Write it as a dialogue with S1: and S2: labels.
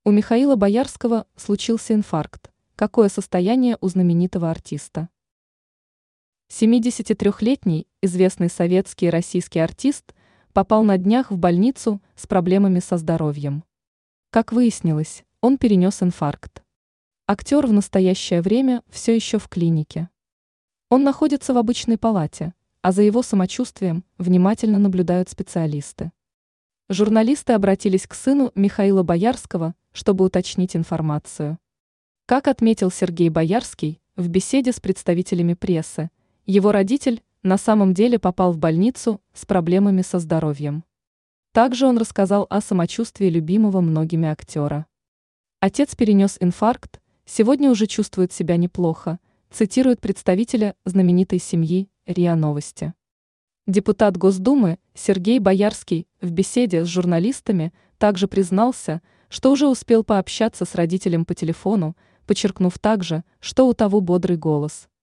S1: У Михаила Боярского случился инфаркт. Какое состояние у знаменитого артиста? 73-летний известный советский и российский артист попал на днях в больницу с проблемами со здоровьем. Как выяснилось, он перенес инфаркт. Актер в настоящее время все еще в клинике. Он находится в обычной палате, а за его самочувствием внимательно наблюдают специалисты. Журналисты обратились к сыну Михаила Боярского, чтобы уточнить информацию. Как отметил Сергей Боярский в беседе с представителями прессы, его родитель на самом деле попал в больницу с проблемами со здоровьем. Также он рассказал о самочувствии любимого многими актера. Отец перенес инфаркт, сегодня уже чувствует себя неплохо, цитирует представителя знаменитой семьи РИА Новости. Депутат Госдумы Сергей Боярский в беседе с журналистами также признался, что уже успел пообщаться с родителем по телефону, подчеркнув также, что у того бодрый голос.